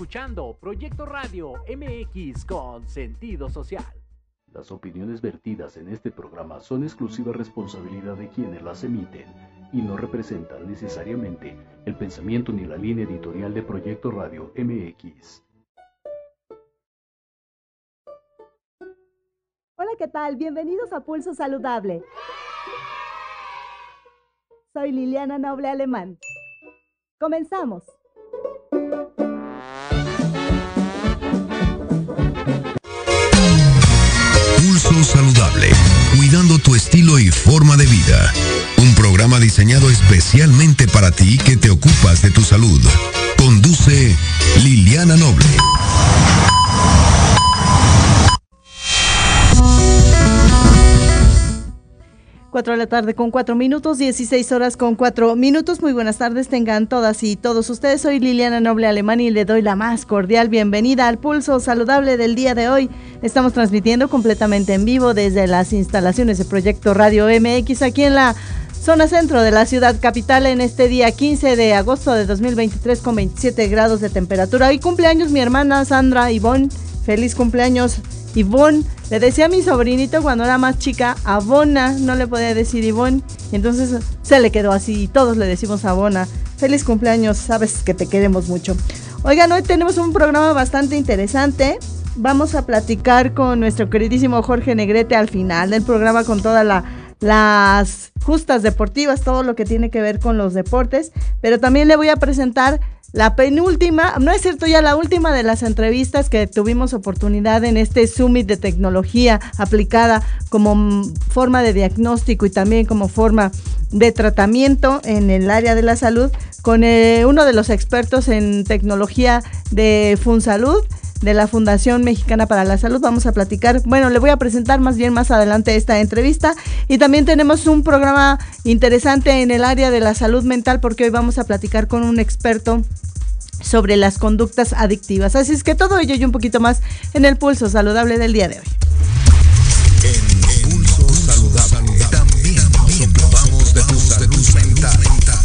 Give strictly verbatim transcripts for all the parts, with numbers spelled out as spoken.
escuchando Proyecto Radio M X con sentido social. Las opiniones vertidas en este programa son exclusiva responsabilidad de quienes las emiten y no representan necesariamente el pensamiento ni la línea editorial de Proyecto Radio M X. Hola, ¿qué tal? Bienvenidos a Pulso Saludable. Soy Liliana Noble Alemán. Comenzamos. Pulso Saludable, cuidando tu estilo y forma de vida. Un programa diseñado especialmente para ti que te ocupas de tu salud. Conduce Liliana Noble. Cuatro de la tarde con cuatro minutos, dieciséis horas con cuatro minutos. Muy buenas tardes tengan todas y todos ustedes. Soy Liliana Noble Alemán y le doy la más cordial bienvenida al Pulso Saludable del día de hoy. Estamos transmitiendo completamente en vivo desde las instalaciones de Proyecto Radio M X aquí en la zona centro de la ciudad capital en este día quince de agosto de dos mil veintitrés con veintisiete grados de temperatura. Hoy cumpleaños mi hermana Sandra Ivonne. Feliz cumpleaños, Ivonne. Le decía a mi sobrinito cuando era más chica, Abona, no le podía decir Ivonne, y entonces se le quedó así, y todos le decimos Abona. Feliz cumpleaños, sabes que te queremos mucho. Oigan, hoy tenemos un programa bastante interesante. Vamos a platicar con nuestro queridísimo Jorge Negrete al final del programa con todas la, las justas deportivas, todo lo que tiene que ver con los deportes, pero también le voy a presentar la penúltima, no es cierto, ya la última de las entrevistas que tuvimos oportunidad en este Summit de tecnología aplicada como forma de diagnóstico y también como forma de tratamiento en el área de la salud con eh, uno de los expertos en tecnología de FunSalud, de la Fundación Mexicana para la Salud. Vamos a platicar, bueno, le voy a presentar más bien más adelante esta entrevista, y también tenemos un programa interesante en el área de la salud mental porque hoy vamos a platicar con un experto sobre las conductas adictivas. Así es que todo ello y un poquito más en el Pulso Saludable del día de hoy. En Pulso Saludable también nos ocupamos de tu salud mental.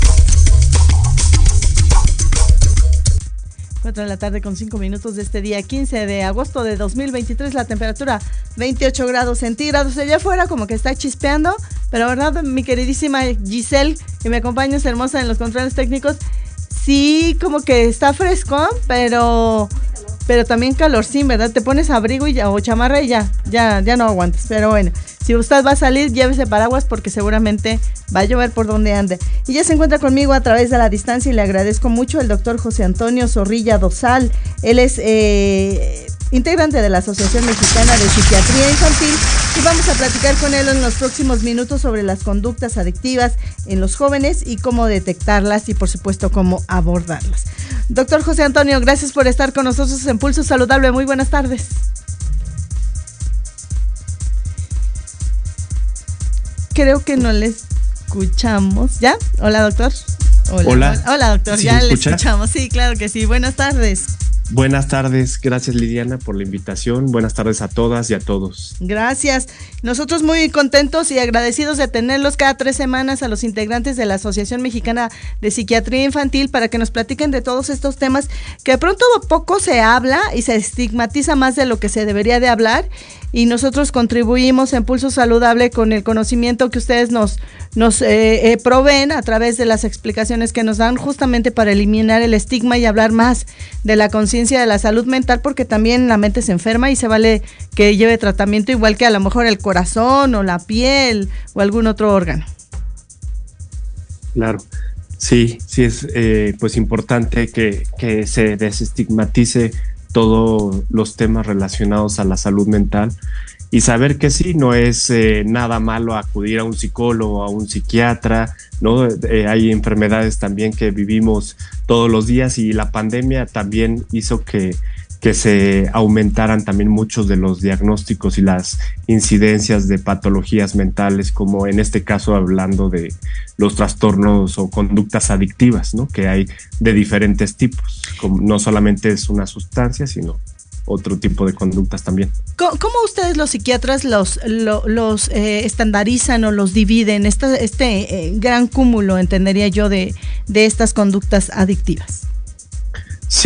cuatro de la tarde con cinco minutos de este día quince de agosto de dos mil veintitrés, la temperatura veintiocho grados centígrados. Allá afuera como que está chispeando, pero verdad, mi queridísima Giselle, que me acompaña, es hermosa en los controles técnicos, sí, como que está fresco, pero pero también calorcín, ¿verdad? Te pones abrigo y ya, o chamarra y ya, ya, ya no aguantas. Pero bueno, si usted va a salir, llévese paraguas porque seguramente va a llover por donde ande. Y ya se encuentra conmigo a través de la distancia y le agradezco mucho el doctor José Antonio Zorrilla Dosal. Él es eh, integrante de la Asociación Mexicana de Psiquiatría Infantil y vamos a platicar con él en los próximos minutos sobre las conductas adictivas en los jóvenes y cómo detectarlas y por supuesto cómo abordarlas. Doctor José Antonio, gracias por estar con nosotros en Pulso Saludable. Muy buenas tardes. Creo que no le escuchamos. ¿Ya? Hola, doctor. Hola. Hola, hola doctor. ¿Sí ya le escucha? escuchamos. Sí, claro que sí. Buenas tardes. Buenas tardes, gracias Liliana por la invitación. Buenas tardes a todas y a todos. Gracias. Nosotros muy contentos y agradecidos de tenerlos cada tres semanas a los integrantes de la Asociación Mexicana de Psiquiatría Infantil para que nos platiquen de todos estos temas que de pronto poco se habla y se estigmatiza más de lo que se debería de hablar, y nosotros contribuimos en Pulso Saludable con el conocimiento que ustedes nos, nos eh, eh, proveen a través de las explicaciones que nos dan justamente para eliminar el estigma y hablar más de la conciencia de la salud mental, porque también la mente se enferma y se vale que lleve tratamiento igual que a lo mejor el corazón o la piel o algún otro órgano. Claro, sí, sí es eh, pues importante que, que se desestigmatice todos los temas relacionados a la salud mental y saber que sí, no es eh, nada malo acudir a un psicólogo, a un psiquiatra, ¿no? Eh, hay enfermedades también que vivimos todos los días y la pandemia también hizo que, que se aumentaran también muchos de los diagnósticos y las incidencias de patologías mentales, como en este caso hablando de los trastornos o conductas adictivas, ¿no? Que hay de diferentes tipos, como no solamente es una sustancia, sino otro tipo de conductas también. ¿Cómo, cómo ustedes los psiquiatras los, los, los eh, estandarizan o los dividen, esta, este eh, gran cúmulo, entendería yo, de, de estas conductas adictivas? Sí,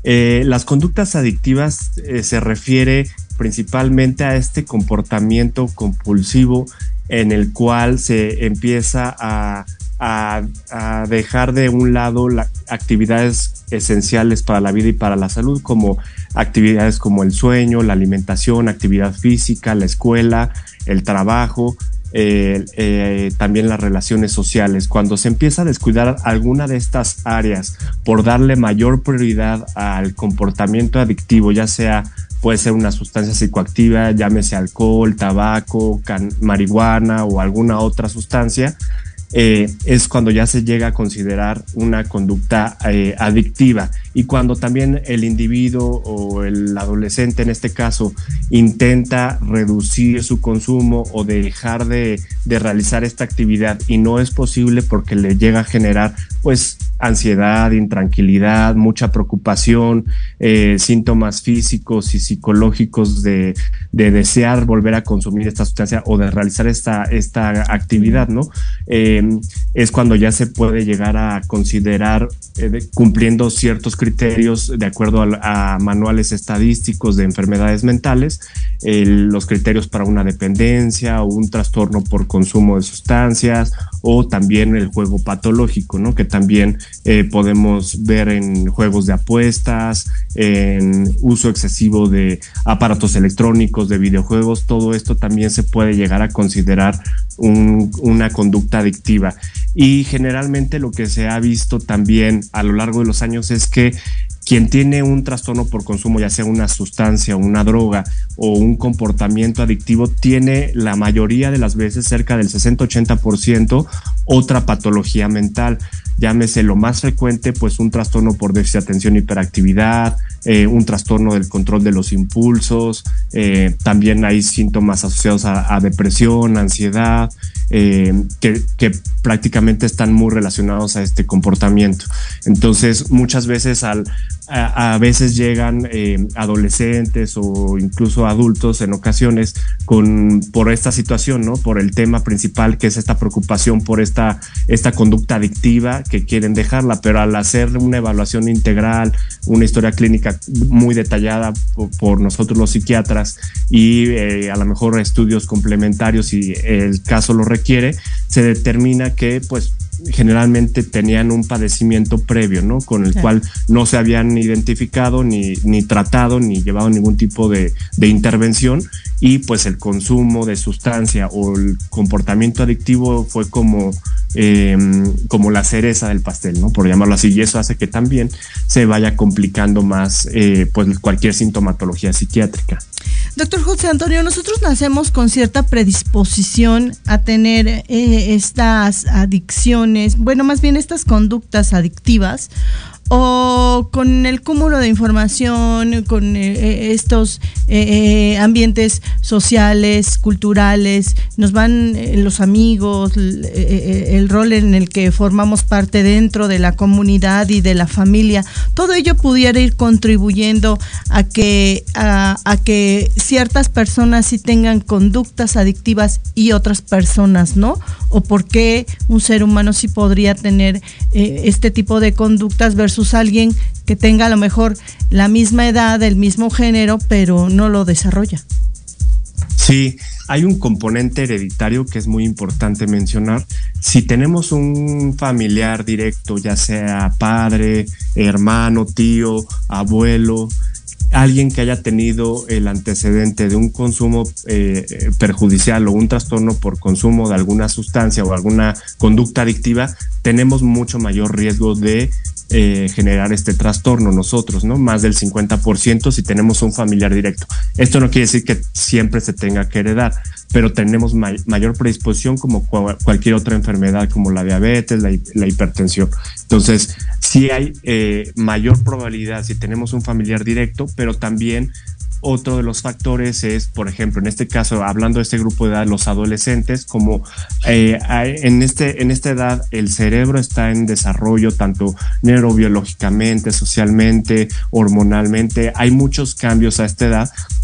Eh, las conductas adictivas eh, se refiere principalmente a este comportamiento compulsivo en el cual se empieza a, a, a dejar de un lado las actividades esenciales para la vida y para la salud, como actividades como el sueño, la alimentación, actividad física, la escuela, el trabajo, eh, eh, también las relaciones sociales. Cuando se empieza a descuidar alguna de estas áreas por darle mayor prioridad al comportamiento adictivo, ya sea puede ser una sustancia psicoactiva, llámese alcohol, tabaco, can- marihuana o alguna otra sustancia, eh, es cuando ya se llega a considerar una conducta eh, adictiva. Y cuando también el individuo o el adolescente en este caso intenta reducir su consumo o dejar de, de realizar esta actividad y no es posible porque le llega a generar pues ansiedad, intranquilidad, mucha preocupación, eh, síntomas físicos y psicológicos de, de desear volver a consumir esta sustancia o de realizar esta, esta actividad, ¿no? Eh, es cuando ya se puede llegar a considerar eh, de, cumpliendo ciertos criterios de acuerdo a, a manuales estadísticos de enfermedades mentales, eh, los criterios para una dependencia o un trastorno por consumo de sustancias o también el juego patológico, ¿no? Que también eh, podemos ver en juegos de apuestas, en uso excesivo de aparatos electrónicos, de videojuegos. Todo esto también se puede llegar a considerar un, una conducta adictiva. Y generalmente lo que se ha visto también a lo largo de los años es que quien tiene un trastorno por consumo, ya sea una sustancia, una droga o un comportamiento adictivo, tiene la mayoría de las veces, cerca del sesenta a ochenta por ciento, otra patología mental. Llámese lo más frecuente, pues un trastorno por déficit de atención, hiperactividad, eh, un trastorno del control de los impulsos, eh, también hay síntomas asociados a, a depresión, ansiedad, eh, que, que prácticamente están muy relacionados a este comportamiento. Entonces, muchas veces al A, a veces llegan eh, adolescentes o incluso adultos en ocasiones con, por esta situación, ¿no? Por el tema principal, que es esta preocupación por esta, esta conducta adictiva, que quieren dejarla, pero al hacer una evaluación integral, una historia clínica muy detallada por, por nosotros los psiquiatras y eh, a lo mejor estudios complementarios si el caso lo requiere, se determina que pues generalmente tenían un padecimiento previo, ¿no? Con el sí. cual no se habían identificado ni, ni tratado ni llevado ningún tipo de, de intervención, y pues el consumo de sustancia o el comportamiento adictivo fue como, eh, como la cereza del pastel, ¿no? Por llamarlo así, y eso hace que también se vaya complicando más eh, pues cualquier sintomatología psiquiátrica. Doctor José Antonio, nosotros nacemos con cierta predisposición a tener eh, estas adicciones, bueno, más bien estas conductas adictivas, o con el cúmulo de información, con eh, estos eh, ambientes sociales, culturales, nos van eh, los amigos, eh, el rol en el que formamos parte dentro de la comunidad y de la familia, todo ello pudiera ir contribuyendo a que, a, a que ciertas personas sí tengan conductas adictivas y otras personas no, o por qué un ser humano sí podría tener eh, este tipo de conductas versus alguien que tenga a lo mejor la misma edad, el mismo género, pero no lo desarrolla. Sí, hay un componente hereditario que es muy importante mencionar. Si tenemos un familiar directo, ya sea padre, hermano, tío, abuelo, alguien que haya tenido el antecedente de un consumo eh, perjudicial o un trastorno por consumo de alguna sustancia o alguna conducta adictiva, tenemos mucho mayor riesgo de eh, generar este trastorno nosotros, ¿no? Más del cincuenta por ciento si tenemos un familiar directo. Esto no quiere decir que siempre se tenga que heredar, pero tenemos may- mayor predisposición como cu- cualquier otra enfermedad como la diabetes, la, la hipertensión. Entonces, sí hay eh, mayor probabilidad si tenemos un familiar directo, pero también otro de los factores es, por ejemplo, en este caso, hablando de este grupo de edad, los adolescentes, como eh, en, este, en esta edad el cerebro está en desarrollo tanto neurobiológicamente, socialmente, hormonalmente, hay muchos cambios a esta edad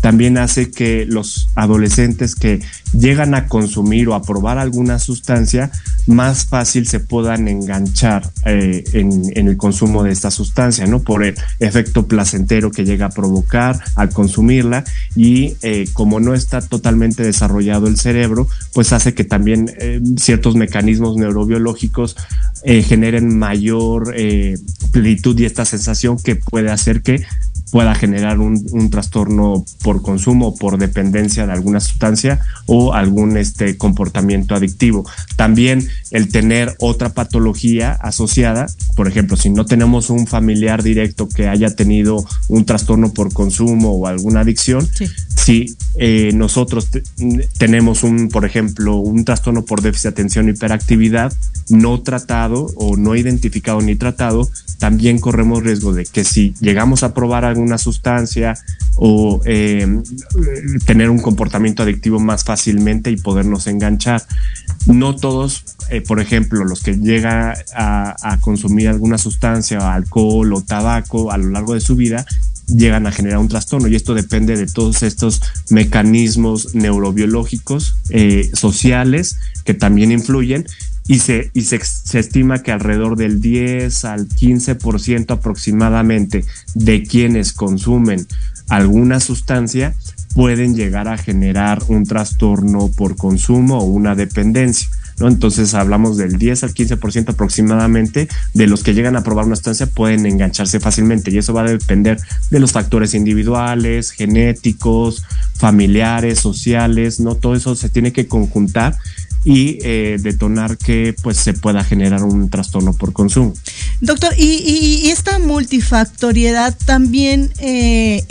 también hace que los adolescentes que llegan a consumir o a probar alguna sustancia, más fácil se puedan enganchar eh, en, en el consumo de esta sustancia, ¿no? Por el efecto placentero que llega a provocar al consumirla, y eh, como no está totalmente desarrollado el cerebro, pues hace que también eh, ciertos mecanismos neurobiológicos eh, generen mayor eh, plenitud y esta sensación que puede hacer que pueda generar un, un trastorno por consumo o por dependencia de alguna sustancia o algún este, comportamiento adictivo. También el tener otra patología asociada, por ejemplo, si no tenemos un familiar directo que haya tenido un trastorno por consumo o alguna adicción, sí. si eh, nosotros te, tenemos un, por ejemplo, un trastorno por déficit de atención e hiperactividad no tratado o no identificado ni tratado, también corremos riesgo de que si llegamos a probar alguna sustancia o eh, tener un comportamiento adictivo más fácilmente y podernos enganchar. No todos, eh, por ejemplo, los que llegan a, a consumir alguna sustancia, alcohol o tabaco a lo largo de su vida, llegan a generar un trastorno, y esto depende de todos estos mecanismos neurobiológicos, eh, sociales, que también influyen. Y, se, y se, se estima que alrededor del diez al quince por ciento aproximadamente de quienes consumen alguna sustancia pueden llegar a generar un trastorno por consumo o una dependencia, ¿no? Entonces hablamos del diez al quince por ciento aproximadamente de los que llegan a probar una sustancia pueden engancharse fácilmente, y eso va a depender de los factores individuales, genéticos, familiares, sociales, ¿no? Todo eso se tiene que conjuntar y eh, detonar que pues se pueda generar un trastorno por consumo. Doctor, y, y, y esta multifactoriedad también eh,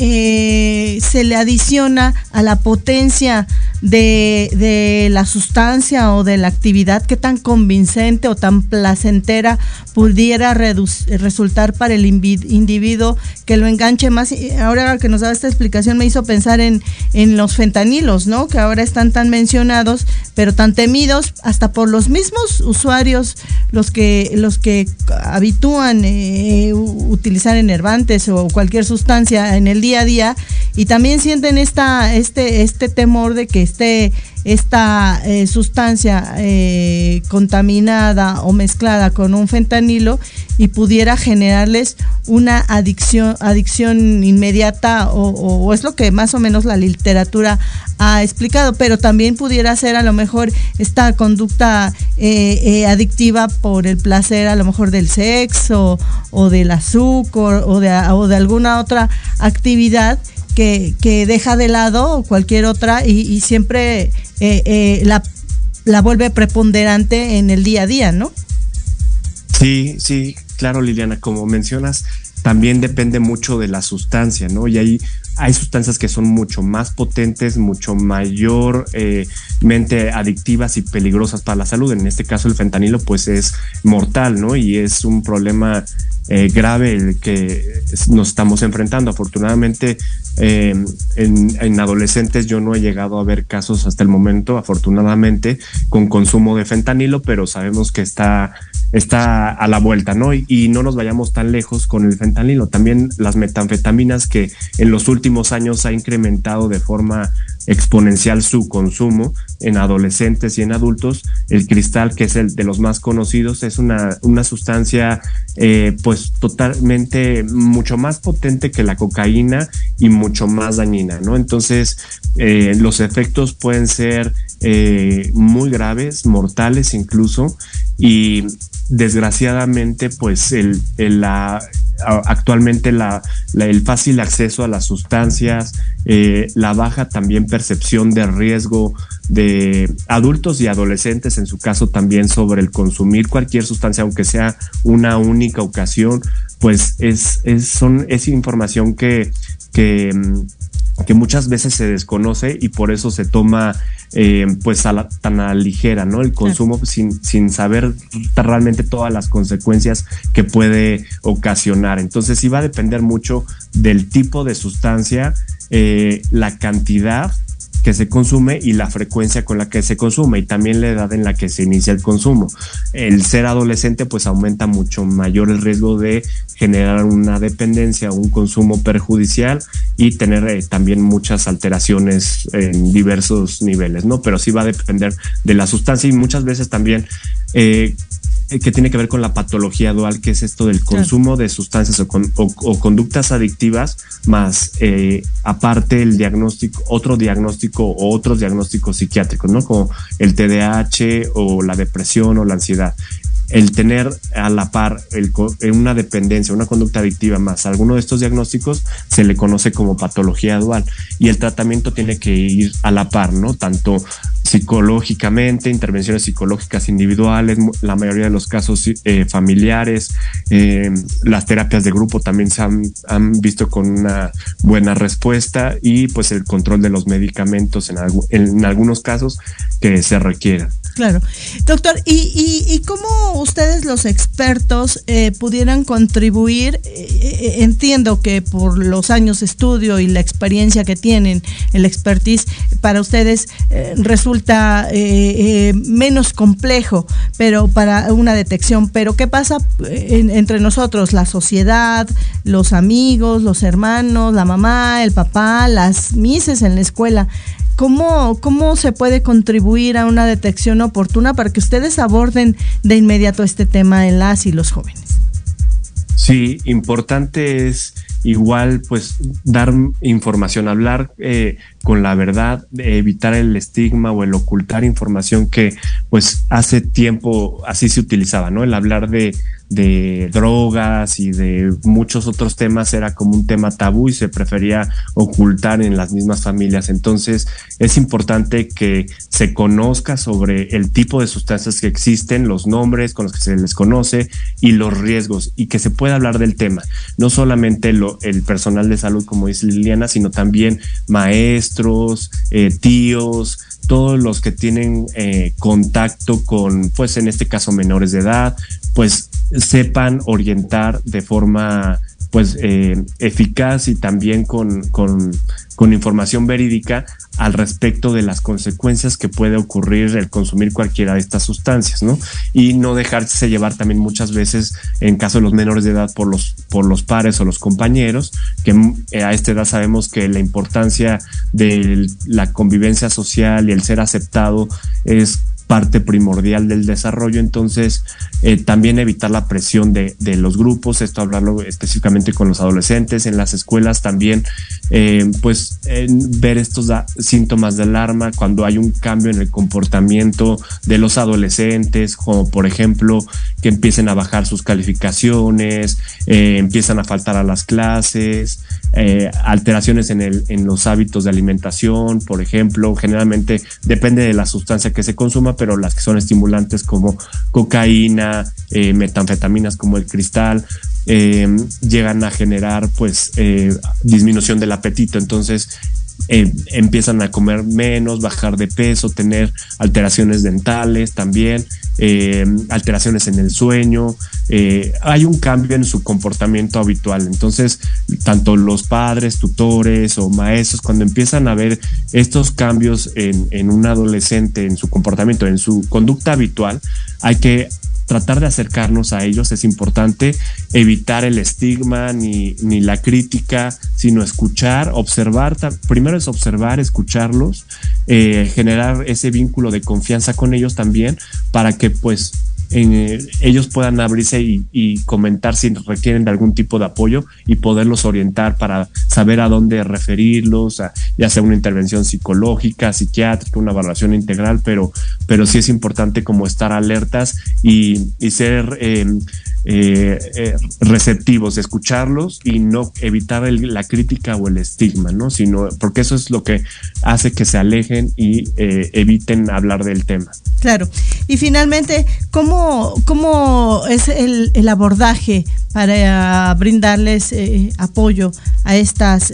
eh, se le adiciona a la potencia de, de la sustancia o de la actividad. ¿Qué tan convincente o tan placentera pudiera redu- resultar para el individuo que lo enganche más? Ahora que nos daba esta explicación me hizo pensar en, en los fentanilos, ¿no? Que ahora están tan mencionados, pero tan temidos hasta por los mismos usuarios, los que los que habitúan eh, utilizar enervantes o cualquier sustancia en el día a día, y también sienten esta este este temor de que esté esta eh, sustancia eh, contaminada o mezclada con un fentanilo y pudiera generarles una adicción adicción inmediata, o, o, o es lo que más o menos la literatura ha explicado, pero también pudiera ser a lo mejor esta conducta eh, eh, adictiva por el placer a lo mejor del sexo o del azúcar o de, o de alguna otra actividad que, que deja de lado cualquier otra y, y siempre eh, eh, la, la vuelve preponderante en el día a día, ¿no? Sí, sí, claro, Liliana, como mencionas, también depende mucho de la sustancia, ¿no? Y hay, hay sustancias que son mucho más potentes, mucho mayormente eh, adictivas y peligrosas para la salud. En este caso el fentanilo pues es mortal, ¿no? Y es un problema eh, grave el que nos estamos enfrentando. Afortunadamente eh, en, en adolescentes yo no he llegado a ver casos hasta el momento, afortunadamente, con consumo de fentanilo, pero sabemos que está... está a la vuelta, ¿no? Y, y no nos vayamos tan lejos con el fentanilo. También las metanfetaminas, que en los últimos años ha incrementado de forma exponencial su consumo en adolescentes y en adultos. El cristal, que es el de los más conocidos, es una, una sustancia eh, pues totalmente mucho más potente que la cocaína y mucho más dañina, ¿no? Entonces eh, los efectos pueden ser eh, muy graves, mortales incluso, y desgraciadamente pues el, el la actualmente la, la el fácil acceso a las sustancias, eh, la baja también percepción de riesgo de adultos y adolescentes en su caso también sobre el consumir cualquier sustancia aunque sea una única ocasión, pues es es son es información que que que muchas veces se desconoce y por eso se toma eh, pues a la, tan a la ligera, ¿no? El consumo claro. sin, sin saber realmente todas las consecuencias que puede ocasionar. Entonces sí va a depender mucho del tipo de sustancia, eh, la cantidad que se consume y la frecuencia con la que se consume, y también la edad en la que se inicia el consumo. El ser adolescente pues aumenta mucho mayor el riesgo de generar una dependencia o un consumo perjudicial, y tener eh, también muchas alteraciones en diversos niveles, ¿no? Pero sí va a depender de la sustancia y muchas veces también eh, que tiene que ver con la patología dual, que es esto del consumo de sustancias o, con, o, o conductas adictivas, más eh, aparte el diagnóstico, otro diagnóstico o otros diagnósticos psiquiátricos, ¿no? Como el T D A H o la depresión o la ansiedad. El tener a la par el, una dependencia, una conducta adictiva más alguno de estos diagnósticos se le conoce como patología dual y el tratamiento tiene que ir a la par, ¿no? Tanto psicológicamente, intervenciones psicológicas individuales, la mayoría de los casos eh, familiares, eh, las terapias de grupo también se han, han visto con una buena respuesta y pues el control de los medicamentos en, algo, en algunos casos que se requieran. Claro. Doctor, ¿y, y, y cómo ustedes los expertos eh, pudieran contribuir? Eh, entiendo que por los años de estudio y la experiencia que tienen, el expertise, para ustedes eh, resulta eh, eh, menos complejo, pero para una detección. Pero ¿qué pasa en, entre nosotros, la sociedad, los amigos, los hermanos, la mamá, el papá, las mises en la escuela? ¿Cómo, ¿Cómo se puede contribuir a una detección oportuna para que ustedes aborden de inmediato este tema en las y los jóvenes? Sí, importante es igual pues dar información, hablar eh, con la verdad, evitar el estigma o el ocultar información que pues hace tiempo así se utilizaba, ¿no? El hablar de de drogas y de muchos otros temas era como un tema tabú y se prefería ocultar en las mismas familias. Entonces es importante que se conozca sobre el tipo de sustancias que existen, los nombres con los que se les conoce y los riesgos, y que se pueda hablar del tema. No solamente lo, el personal de salud, como dice Liliana, sino también maestros, eh, tíos, todos los que tienen eh, contacto con, pues en este caso menores de edad, pues sepan orientar de forma pues eh, eficaz y también con, con, con información verídica al respecto de las consecuencias que puede ocurrir el consumir cualquiera de estas sustancias, ¿no? Y no dejarse llevar también muchas veces, en caso de los menores de edad, por los, por los pares o los compañeros, que a esta edad sabemos que la importancia de la convivencia social y el ser aceptado es parte primordial del desarrollo. Entonces eh, también evitar la presión de, de los grupos, esto hablarlo específicamente con los adolescentes, en las escuelas también eh, pues eh, ver estos da- síntomas de alarma cuando hay un cambio en el comportamiento de los adolescentes, como por ejemplo que empiecen a bajar sus calificaciones, eh, empiezan a faltar a las clases, eh, alteraciones en, el, en los hábitos de alimentación, por ejemplo. Generalmente depende de la sustancia que se consuma, pero las que son estimulantes como cocaína, eh, metanfetaminas como el cristal, eh, llegan a generar pues eh, disminución del apetito. Entonces eh, empiezan a comer menos, bajar de peso, tener alteraciones dentales también, eh, alteraciones en el sueño. Eh, hay un cambio en su comportamiento habitual. Entonces, tanto los padres, tutores o maestros, cuando empiezan a ver estos cambios en, en un adolescente, en su comportamiento, en su conducta habitual, hay que tratar de acercarnos a ellos. Es importante evitar el estigma ni, ni la crítica, sino escuchar, observar. Primero es observar, escucharlos, eh, generar ese vínculo de confianza con ellos también, para que pues Eh, ellos puedan abrirse y, y comentar si requieren de algún tipo de apoyo y poderlos orientar para saber a dónde referirlos, a, ya sea una intervención psicológica, psiquiátrica, una evaluación integral, pero, pero sí es importante como estar alertas y, y ser eh, eh, eh, receptivos, escucharlos y no evitar el, la crítica o el estigma, ¿no? Sino, porque eso es lo que hace que se alejen y eh, eviten hablar del tema. Claro. Y finalmente, ¿cómo, cómo es el, el abordaje para brindarles eh, apoyo a estas, eh,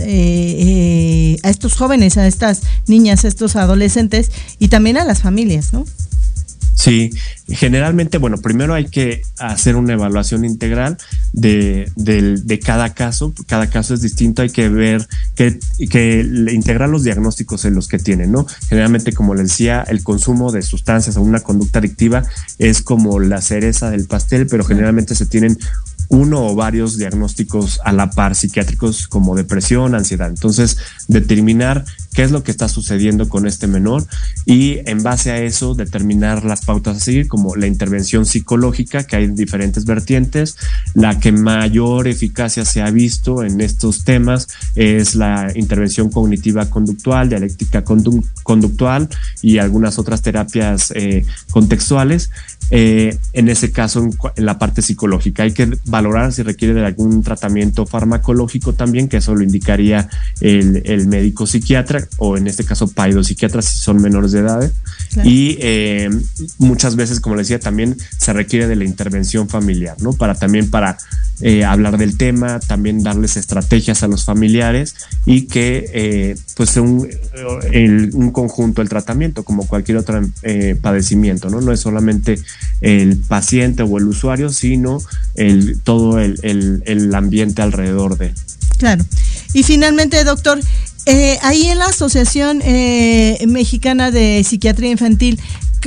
eh, a estos jóvenes, a estas niñas, a estos adolescentes y también a las familias, ¿no? Sí, generalmente, bueno, primero hay que hacer una evaluación integral de, de, de cada caso. Cada caso es distinto, hay que ver, que, que integrar los diagnósticos en los que tienen, ¿no? Generalmente, como les decía, el consumo de sustancias o una conducta adictiva es como la cereza del pastel, pero generalmente se tienen uno o varios diagnósticos a la par psiquiátricos como depresión, ansiedad. Entonces, determinar qué es lo que está sucediendo con este menor y en base a eso determinar las pautas a seguir, como la intervención psicológica, que hay diferentes vertientes. La que mayor eficacia se ha visto en estos temas es la intervención cognitiva conductual, dialéctica condu- conductual y algunas otras terapias eh, contextuales. Eh, en ese caso, en, en la parte psicológica, hay que valorar si requiere de algún tratamiento farmacológico también, que eso lo indicaría el, el médico psiquiatra o en este caso paidopsiquiatra si son menores de edad. Claro. Y eh, muchas veces, como les decía, también se requiere de la intervención familiar, ¿no? Para también para eh, hablar del tema, también darles estrategias a los familiares y que eh, pues sea un, el, un conjunto el tratamiento como cualquier otro eh, padecimiento, ¿no? No es solamente el paciente o el usuario, sino el, todo el, el, el ambiente alrededor de él. Claro. Y finalmente, doctor, eh, ahí en la Asociación eh, Mexicana de Psiquiatría Infantil,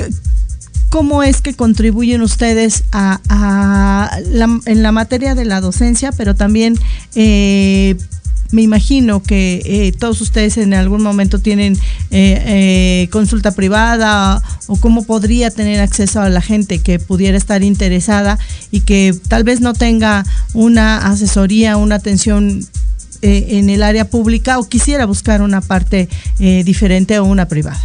¿cómo es que contribuyen ustedes a, a la, en la materia de la docencia, pero también eh, me imagino que eh, todos ustedes en algún momento tienen eh, eh, consulta privada o cómo podría tener acceso a la gente que pudiera estar interesada y que tal vez no tenga una asesoría, una atención eh, en el área pública o quisiera buscar una parte eh, diferente o una privada?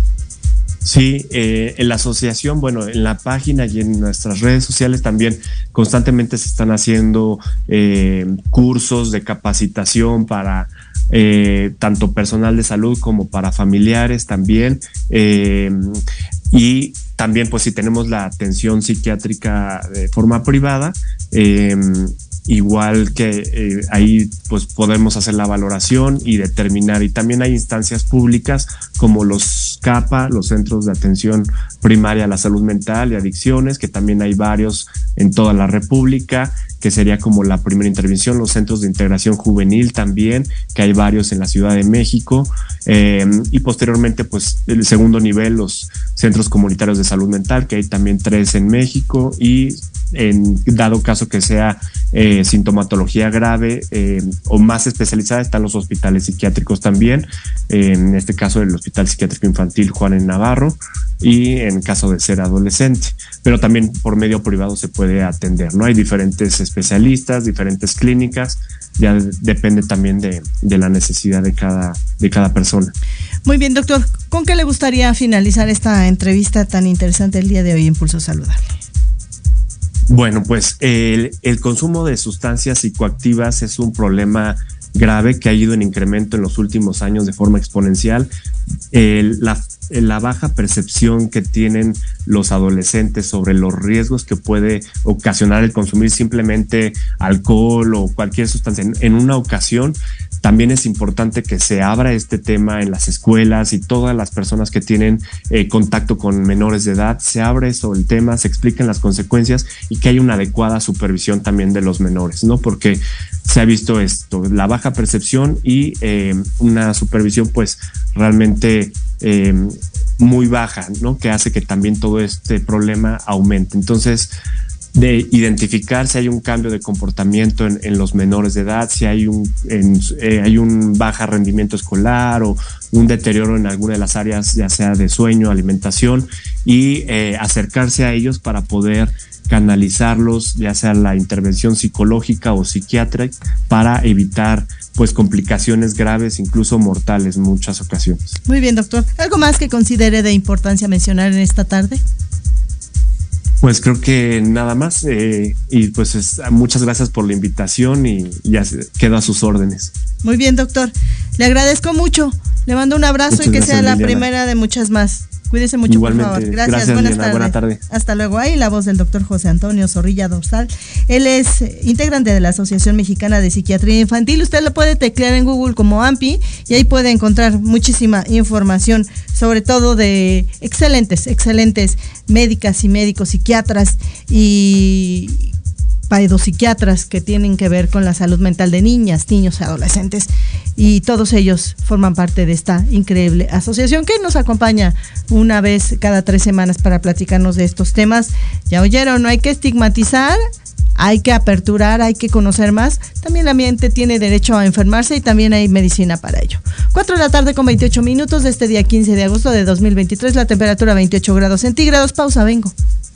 Sí, eh, en la asociación, bueno, en la página y en nuestras redes sociales también constantemente se están haciendo eh, cursos de capacitación para eh, tanto personal de salud como para familiares también. Eh, y también, pues, si tenemos la atención psiquiátrica de forma privada, eh, igual que eh, ahí pues podemos hacer la valoración y determinar, y también hay instancias públicas como los CAPA, los Centros de Atención Primaria a la Salud Mental y Adicciones, que también hay varios en toda la República, que sería como la primera intervención, los Centros de Integración Juvenil también, que hay varios en la Ciudad de México, eh, y posteriormente pues el segundo nivel, los Centros Comunitarios de Salud Mental, que hay también tres en México, y en dado caso que sea eh, sintomatología grave eh, o más especializada, están los hospitales psiquiátricos también, eh, en este caso el Hospital Psiquiátrico Infantil Juan en Navarro, y en caso de ser adolescente, pero también por medio privado se puede atender, ¿no? Hay diferentes especialistas, diferentes clínicas, ya depende también de, de la necesidad de cada, de cada persona. Muy bien, doctor, ¿con qué le gustaría finalizar esta entrevista tan interesante el día de hoy en Pulso Saludable? Bueno, pues el, el consumo de sustancias psicoactivas es un problema grave que ha ido en incremento en los últimos años de forma exponencial. El, la, la baja percepción que tienen los adolescentes sobre los riesgos que puede ocasionar el consumir simplemente alcohol o cualquier sustancia en, en una ocasión. También es importante que se abra este tema en las escuelas y todas las personas que tienen eh, contacto con menores de edad, se abre sobre el tema, se expliquen las consecuencias y que haya una adecuada supervisión también de los menores, ¿no? Porque se ha visto esto, la baja percepción y eh, una supervisión pues realmente eh, muy baja, ¿no? Que hace que también todo este problema aumente. Entonces, de identificar si hay un cambio de comportamiento en, en los menores de edad, si hay un, en, eh, hay un baja rendimiento escolar o un deterioro en alguna de las áreas, ya sea de sueño, alimentación, y eh, acercarse a ellos para poder canalizarlos, ya sea la intervención psicológica o psiquiátrica, para evitar pues complicaciones graves, incluso mortales en muchas ocasiones. Muy bien, doctor. ¿Algo más que considere de importancia mencionar en esta tarde? Pues creo que nada más, eh, y pues es, muchas gracias por la invitación y ya quedo a sus órdenes. Muy bien, doctor. Le agradezco mucho. Le mando un abrazo muchas y que gracias, sea la Liliana. Primera de muchas más. Cuídese mucho, igualmente, por favor. Gracias, gracias buenas Liliana, tardes. Buena tarde. Hasta luego. Ahí la voz del doctor José Antonio Zorrilla Dorsal. Él es integrante de la Asociación Mexicana de Psiquiatría Infantil. Usted lo puede teclear en Google como A M P I y ahí puede encontrar muchísima información, sobre todo de excelentes, excelentes médicas y médicos psiquiatras y pedopsiquiatras que tienen que ver con la salud mental de niñas, niños y adolescentes, y todos ellos forman parte de esta increíble asociación que nos acompaña una vez cada tres semanas para platicarnos de estos temas. Ya oyeron, no hay que estigmatizar hay que aperturar, hay que conocer más. También la mente tiene derecho a enfermarse y también hay medicina para ello. cuatro de la tarde con veintiocho minutos de este día quince de agosto de dos mil veintitrés, la temperatura veintiocho grados centígrados. Pausa, vengo.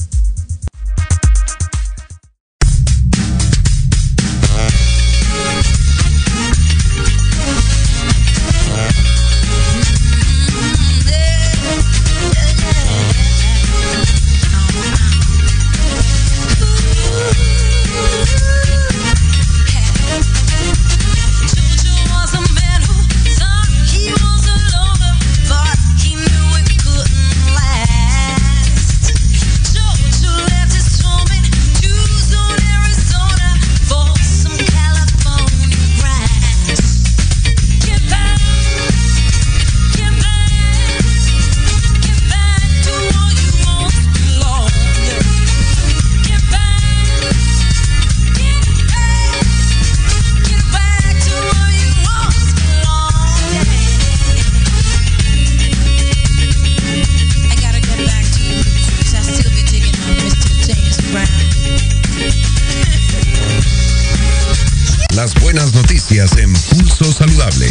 Las buenas noticias en Pulso Saludable.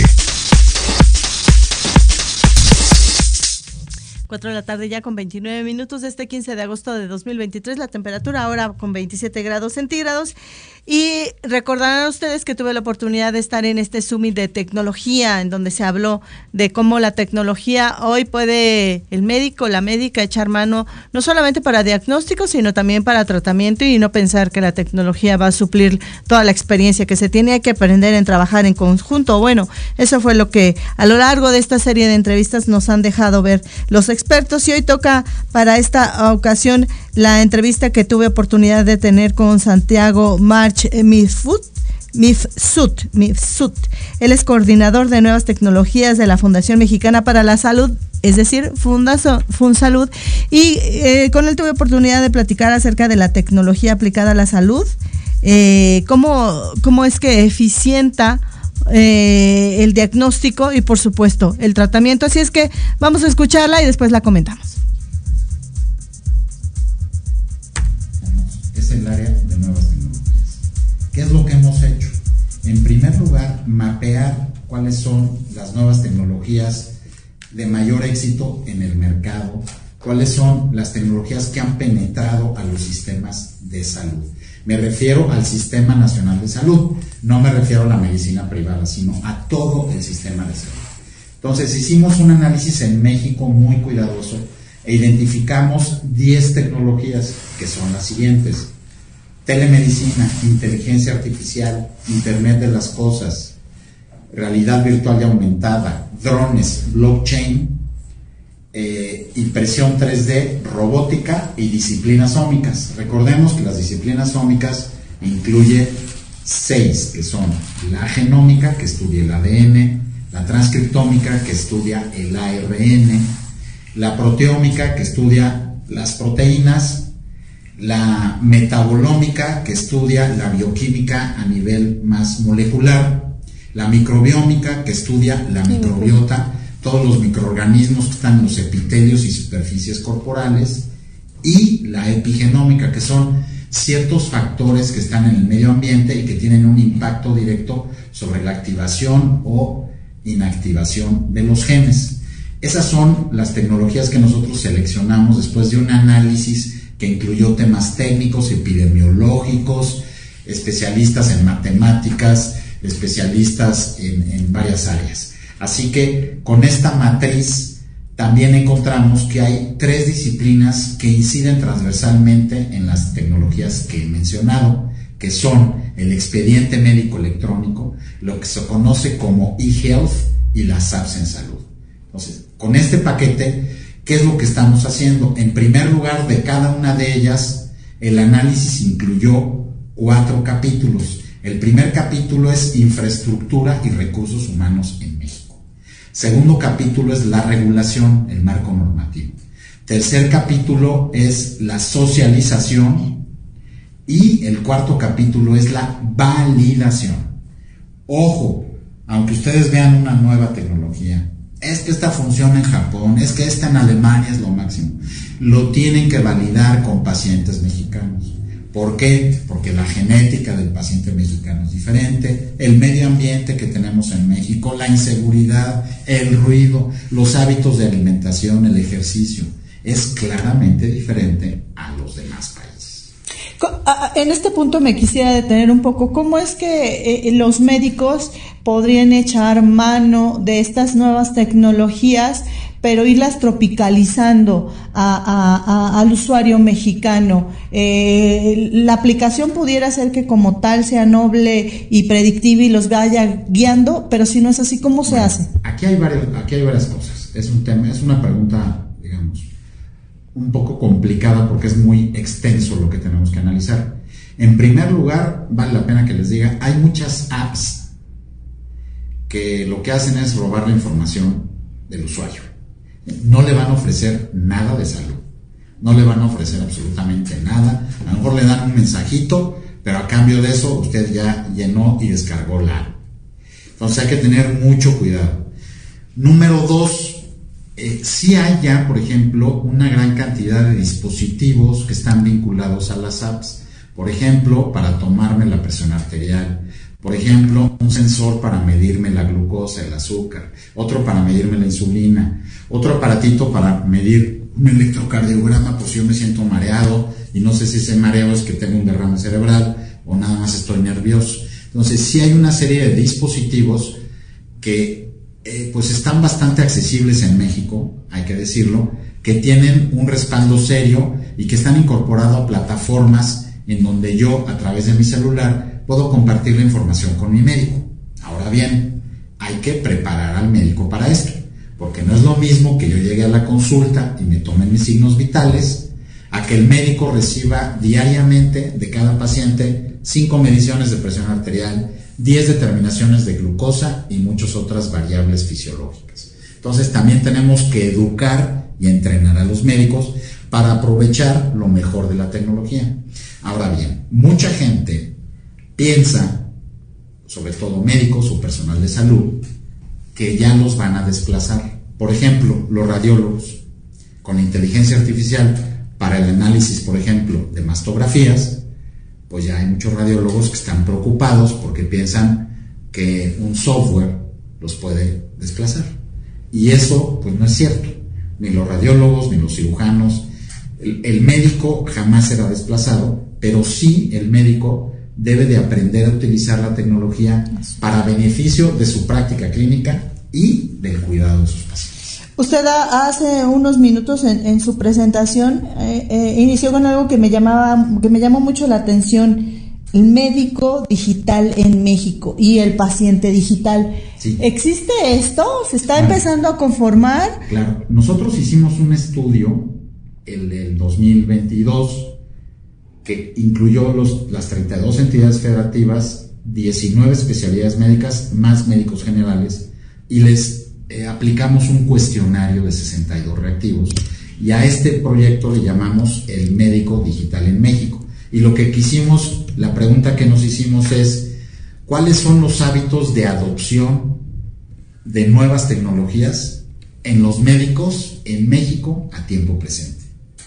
cuatro de la tarde ya con veintinueve minutos de este quince de agosto de dos mil veintitrés, la temperatura ahora con veintisiete grados centígrados. Y recordarán ustedes que tuve la oportunidad de estar en este Summit de tecnología, en donde se habló de cómo la tecnología hoy puede el médico, la médica echar mano, no solamente para diagnóstico, sino también para tratamiento, y no pensar que la tecnología va a suplir toda la experiencia que se tiene. Hay que aprender en trabajar en conjunto. Bueno, eso fue lo que a lo largo de esta serie de entrevistas nos han dejado ver los expertos, y hoy toca para esta ocasión la entrevista que tuve oportunidad de tener con Santiago March Mifsud, Mifsud, Mifsud. Él es coordinador de nuevas tecnologías de la Fundación Mexicana para la Salud, es decir, Fundazo, FunSalud, y eh, con él tuve oportunidad de platicar acerca de la tecnología aplicada a la salud, eh, cómo, cómo es que eficienta eh, el diagnóstico y, por supuesto, el tratamiento. Así es que vamos a escucharla y después la comentamos. Es el área de nuevas tecnologías. ¿Qué es lo que hemos hecho? En primer lugar, mapear cuáles son las nuevas tecnologías de mayor éxito en el mercado, cuáles son las tecnologías que han penetrado a los sistemas de salud. Me refiero al Sistema Nacional de Salud, no me refiero a la medicina privada, sino a todo el sistema de salud. Entonces, hicimos un análisis en México muy cuidadoso e identificamos diez tecnologías que son las siguientes: telemedicina, inteligencia artificial, Internet de las cosas, realidad virtual y aumentada, drones, blockchain, eh, impresión tres D, robótica y disciplinas ómicas. Recordemos que las disciplinas ómicas incluye seis, que son la genómica, que estudia el A D N, la transcriptómica, que estudia el A R N, la proteómica, que estudia las proteínas, la metabolómica, que estudia la bioquímica a nivel más molecular, la microbiómica, que estudia la microbiota, todos los microorganismos que están en los epitelios y superficies corporales, y la epigenómica, que son ciertos factores que están en el medio ambiente y que tienen un impacto directo sobre la activación o inactivación de los genes. Esas son las tecnologías que nosotros seleccionamos después de un análisis que incluyó temas técnicos, epidemiológicos, especialistas en matemáticas, especialistas en, en varias áreas. Así que con esta matriz también encontramos que hay tres disciplinas que inciden transversalmente en las tecnologías que he mencionado, que son el expediente médico electrónico, lo que se conoce como eHealth y las apps en salud. Entonces, con este paquete, ¿qué es lo que estamos haciendo? En primer lugar, de cada una de ellas, el análisis incluyó cuatro capítulos. El primer capítulo es infraestructura y recursos humanos en México. Segundo capítulo es la regulación, el marco normativo. Tercer capítulo es la socialización. Y el cuarto capítulo es la validación. Ojo, aunque ustedes vean una nueva tecnología, es que esta funciona en Japón, es que esta en Alemania es lo máximo, lo tienen que validar con pacientes mexicanos, ¿Por qué? Porque la genética del paciente mexicano es diferente, el medio ambiente que tenemos en México, la inseguridad, el ruido, los hábitos de alimentación, el ejercicio, es claramente diferente a los demás países. En este punto me quisiera detener un poco. ¿Cómo es que eh, los médicos podrían echar mano de estas nuevas tecnologías, pero irlas tropicalizando a, a, a, al usuario mexicano? Eh, la aplicación pudiera ser que como tal sea noble y predictiva y los vaya guiando, pero si no es así, ¿cómo se bueno, hace? Aquí hay varias, aquí hay varias cosas. Es un tema, es una pregunta, digamos, un poco complicada porque es muy extenso lo que tenemos que analizar. En primer lugar, vale la pena que les diga, hay muchas apps que lo que hacen es robar la información del usuario. No le van a ofrecer nada de salud, no le van a ofrecer absolutamente nada. A lo mejor le dan un mensajito, pero a cambio de eso usted ya llenó y descargó la app. Entonces hay que tener mucho cuidado. Número dos, eh, sí hay ya, por ejemplo, una gran cantidad de dispositivos que están vinculados a las apps. Por ejemplo, para tomarme la presión arterial. Por ejemplo, un sensor para medirme la glucosa, el azúcar. Otro para medirme la insulina. Otro aparatito para medir un electrocardiograma por si yo me siento mareado y no sé si ese mareo es que tengo un derrame cerebral o nada más estoy nervioso. Entonces, sí hay una serie de dispositivos que eh, pues están bastante accesibles en México, hay que decirlo, que tienen un respaldo serio y que están incorporados a plataformas en donde yo, a través de mi celular, puedo compartir la información con mi médico. Ahora bien, hay que preparar al médico para esto, porque no es lo mismo que yo llegue a la consulta y me tomen mis signos vitales, a que el médico reciba diariamente de cada paciente cinco mediciones de presión arterial, diez determinaciones de glucosa y muchas otras variables fisiológicas. Entonces también tenemos que educar y entrenar a los médicos para aprovechar lo mejor de la tecnología. Ahora bien, mucha gente piensa, sobre todo médicos o personal de salud, que ya los van a desplazar. Por ejemplo, los radiólogos, con la inteligencia artificial para el análisis, por ejemplo, de mastografías, pues ya hay muchos radiólogos que están preocupados porque piensan que un software los puede desplazar. Y eso, pues no es cierto. Ni los radiólogos, ni los cirujanos. El, el médico jamás será desplazado, pero sí el médico debe de aprender a utilizar la tecnología para beneficio de su práctica clínica y del cuidado de sus pacientes. Usted hace unos minutos en, en su presentación eh, eh, inició con algo que me llamaba, que me llamó mucho la atención: el médico digital en México y el paciente digital. Sí. ¿Existe esto? ¿Se está claro. empezando a conformar? Claro, nosotros hicimos un estudio, el del dos mil veintidós, que incluyó los, las treinta y dos entidades federativas, diecinueve especialidades médicas, más médicos generales, y les eh, aplicamos un cuestionario de sesenta y dos reactivos, y a este proyecto le llamamos el médico digital en México. Y lo que quisimos, la pregunta que nos hicimos es, ¿cuáles son los hábitos de adopción de nuevas tecnologías en los médicos en México a tiempo presente?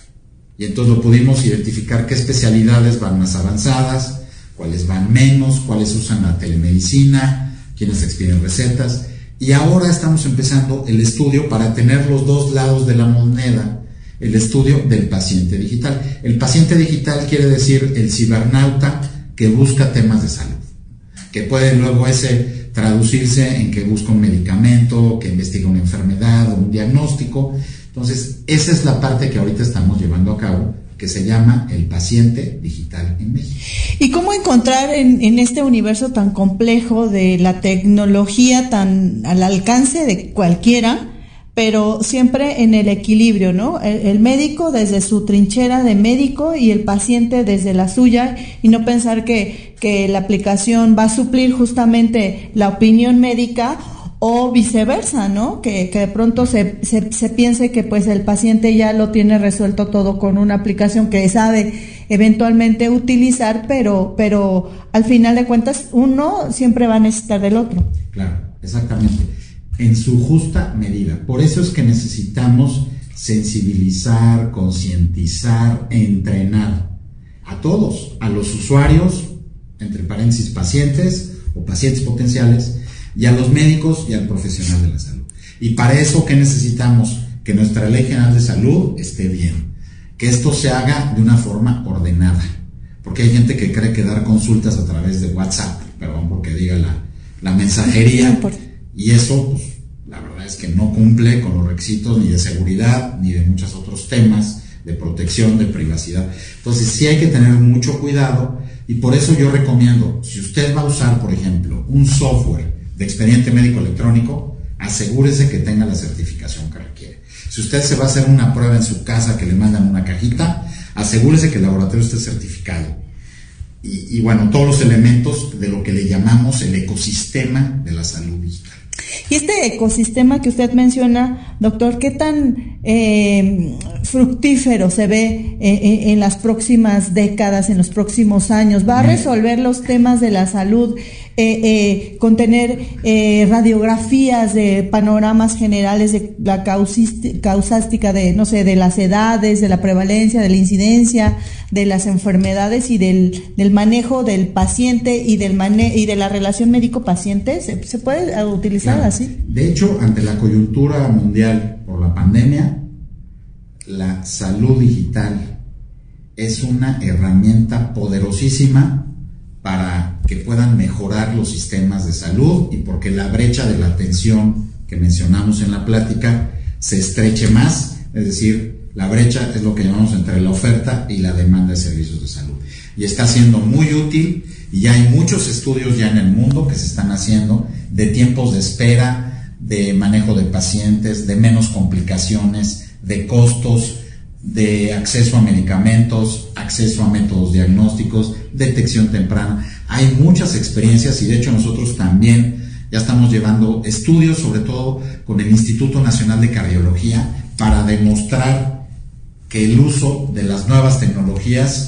Y entonces lo pudimos identificar qué especialidades van más avanzadas, cuáles van menos, cuáles usan la telemedicina, quiénes expiden recetas. Y ahora estamos empezando el estudio para tener los dos lados de la moneda, el estudio del paciente digital. El paciente digital quiere decir el cibernauta que busca temas de salud, que puede luego ese traducirse en que busca un medicamento, que investiga una enfermedad o un diagnóstico. Entonces, esa es la parte que ahorita estamos llevando a cabo, que se llama el paciente digital en México. ¿Y cómo encontrar en, en este universo tan complejo de la tecnología tan al alcance de cualquiera, pero siempre en el equilibrio, ¿no? El, el médico desde su trinchera de médico y el paciente desde la suya, y no pensar que, que la aplicación va a suplir justamente la opinión médica, o viceversa, ¿no? Que, que de pronto se, se, se piense que pues el paciente ya lo tiene resuelto todo con una aplicación que sabe eventualmente utilizar, pero, pero al final de cuentas uno siempre va a necesitar del otro. Claro, exactamente. En su justa medida. Por eso es que necesitamos sensibilizar, concientizar, entrenar a todos, a los usuarios, entre paréntesis pacientes o pacientes potenciales, y a los médicos y al profesional de la salud. Y para eso, ¿qué necesitamos? Que nuestra Ley General de Salud esté bien, que esto se haga de una forma ordenada, porque hay gente que cree que dar consultas a través de WhatsApp, perdón porque diga la, la mensajería, y eso, pues, la verdad es que no cumple con los requisitos ni de seguridad, ni de muchos otros temas, de protección, de privacidad. Entonces sí hay que tener mucho cuidado, y por eso yo recomiendo, si usted va a usar, por ejemplo, un software de expediente médico electrónico, asegúrese que tenga la certificación que requiere. Si usted se va a hacer una prueba en su casa que le mandan una cajita, asegúrese que el laboratorio esté certificado. Y, y bueno, todos los elementos de lo que le llamamos el ecosistema de la salud digital. Y este ecosistema que usted menciona, doctor, ¿qué tan eh, fructífero se ve eh, en las próximas décadas, en los próximos años? ¿Va a resolver los temas de la salud eh, eh, con tener eh, radiografías de panoramas generales de la causástica de, no sé, de las edades, de la prevalencia, de la incidencia, de las enfermedades y del, del manejo del paciente y del mane y de la relación médico-paciente? ¿Se, se puede utilizar claro. así? De hecho, ante la coyuntura mundial por la pandemia, la salud digital es una herramienta poderosísima para que puedan mejorar los sistemas de salud y porque la brecha de la atención que mencionamos en la plática se estreche más, es decir, la brecha es lo que llamamos entre la oferta y la demanda de servicios de salud. Y está siendo muy útil y ya hay muchos estudios ya en el mundo que se están haciendo de tiempos de espera, de manejo de pacientes, de menos complicaciones, de costos, de acceso a medicamentos, acceso a métodos diagnósticos, detección temprana. Hay muchas experiencias y de hecho nosotros también ya estamos llevando estudios, sobre todo con el Instituto Nacional de Cardiología, para demostrar que el uso de las nuevas tecnologías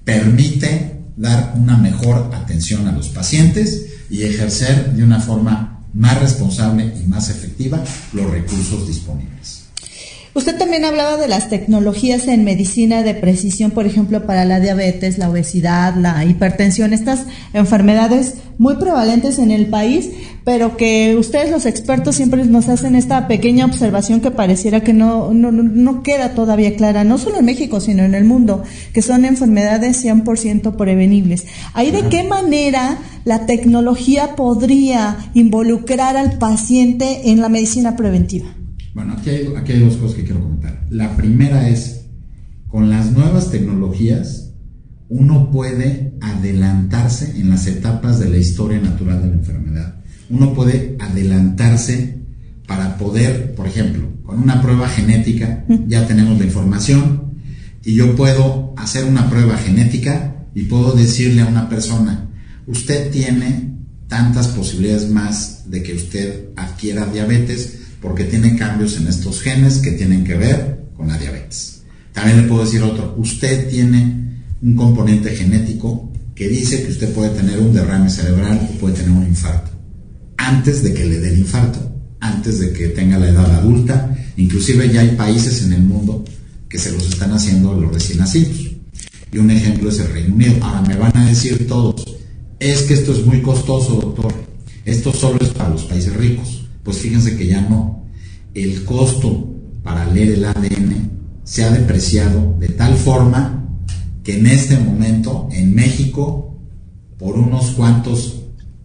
permite dar una mejor atención a los pacientes y ejercer de una forma más responsable y más efectiva los recursos disponibles. Usted también hablaba de las tecnologías en medicina de precisión, por ejemplo, para la diabetes, la obesidad, la hipertensión, estas enfermedades muy prevalentes en el país, pero que ustedes los expertos siempre nos hacen esta pequeña observación que pareciera que no, no, no queda todavía clara, no solo en México, sino en el mundo, que son enfermedades cien por ciento prevenibles. ¿Ahí de qué manera la tecnología podría involucrar al paciente en la medicina preventiva? Bueno, aquí hay, aquí hay dos cosas que quiero comentar. La primera es, con las nuevas tecnologías, uno puede adelantarse en las etapas de la historia natural de la enfermedad. Uno puede adelantarse para poder, por ejemplo, con una prueba genética, ya tenemos la información, y yo puedo hacer una prueba genética y puedo decirle a una persona, usted tiene tantas posibilidades más de que usted adquiera diabetes, porque tiene cambios en estos genes que tienen que ver con la diabetes. También le puedo decir otro, usted tiene un componente genético que dice que usted puede tener un derrame cerebral o puede tener un infarto, antes de que le dé el infarto, antes de que tenga la edad adulta. Inclusive ya hay países en el mundo que se los están haciendo a los recién nacidos. Y un ejemplo es el Reino Unido. Ahora me van a decir todos, es que esto es muy costoso, doctor, esto solo es para los países ricos. Pues fíjense que ya no. El costo para leer el A D N se ha depreciado de tal forma que en este momento en México, por unos cuantos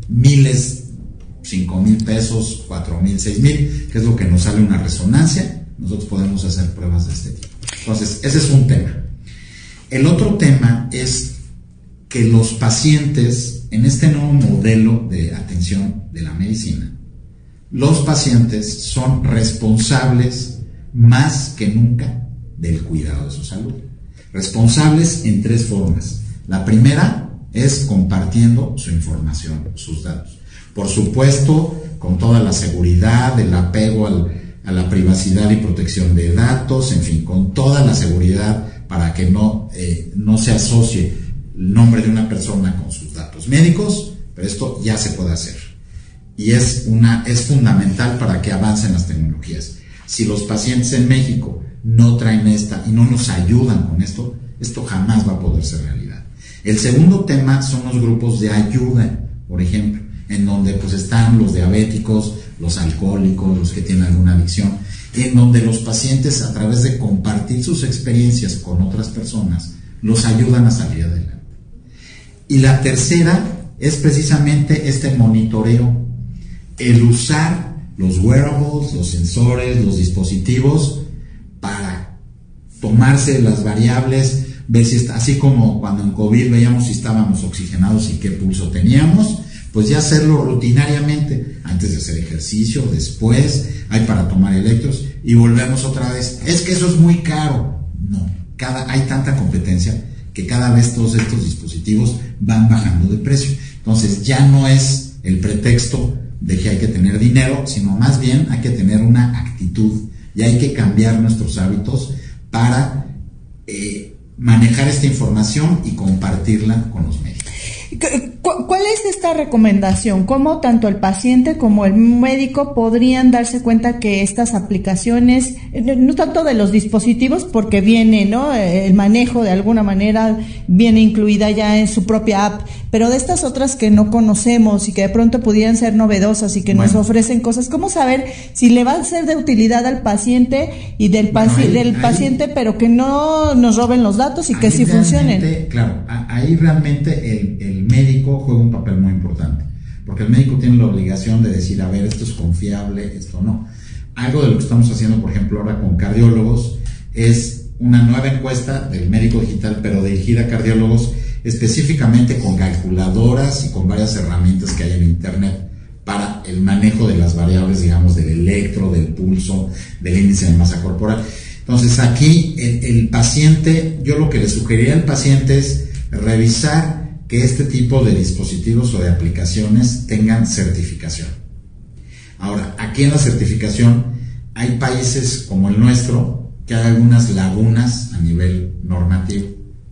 miles, cinco mil pesos, cuatro mil, seis mil, que es lo que nos sale una resonancia, nosotros podemos hacer pruebas de este tipo. Entonces, ese es un tema. El otro tema es que los pacientes, en este nuevo modelo de atención de la medicina, los pacientes son responsables más que nunca del cuidado de su salud. Responsables en tres formas. La primera es compartiendo su información, sus datos. Por supuesto, con toda la seguridad, el apego al, a la privacidad y protección de datos, en fin, con toda la seguridad para que no, eh, no se asocie el nombre de una persona con sus datos médicos, pero esto ya se puede hacer. Y es, una, es fundamental para que avancen las tecnologías. Si los pacientes en México no traen esta y no nos ayudan con esto, esto jamás va a poder ser realidad. El segundo tema son los grupos de ayuda, por ejemplo, en donde pues están los diabéticos, los alcohólicos, los que tienen alguna adicción, en donde los pacientes, a través de compartir sus experiencias con otras personas, los ayudan a salir adelante. Y la tercera es precisamente este monitoreo, el usar los wearables, los sensores, los dispositivos para tomarse las variables, ver si está, así como cuando en COVID veíamos si estábamos oxigenados y qué pulso teníamos, pues ya hacerlo rutinariamente, antes de hacer ejercicio, después, hay para tomar electros, y volvemos otra vez. Es que eso es muy caro. No, cada, hay tanta competencia que cada vez todos estos dispositivos van bajando de precio. Entonces ya no es el pretexto de que hay que tener dinero, sino más bien hay que tener una actitud y hay que cambiar nuestros hábitos para eh, manejar esta información y compartirla con los médicos. ¿Cuál es esta recomendación? ¿Cómo tanto el paciente como el médico podrían darse cuenta que estas aplicaciones, no tanto de los dispositivos, porque viene, ¿no?, el manejo de alguna manera viene incluida ya en su propia app, pero de estas otras que no conocemos y que de pronto pudieran ser novedosas y que bueno, nos ofrecen cosas, ¿cómo saber si le va a ser de utilidad al paciente y del, bueno, paci ahí, del ahí, paciente, pero que no nos roben los datos y que sí funcionen? Claro, ahí realmente el, el médico juega un papel muy importante, porque el médico tiene la obligación de decir, a ver, esto es confiable, esto no. Algo de lo que estamos haciendo, por ejemplo, ahora con cardiólogos, es una nueva encuesta del médico digital, pero dirigida a cardiólogos, específicamente con calculadoras y con varias herramientas que hay en internet para el manejo de las variables, digamos, del electro, del pulso, del índice de masa corporal. Entonces aquí el, el paciente, yo lo que le sugeriría al paciente es revisar que este tipo de dispositivos o de aplicaciones tengan certificación. Ahora, aquí en la certificación hay países como el nuestro que hay algunas lagunas a nivel normativo,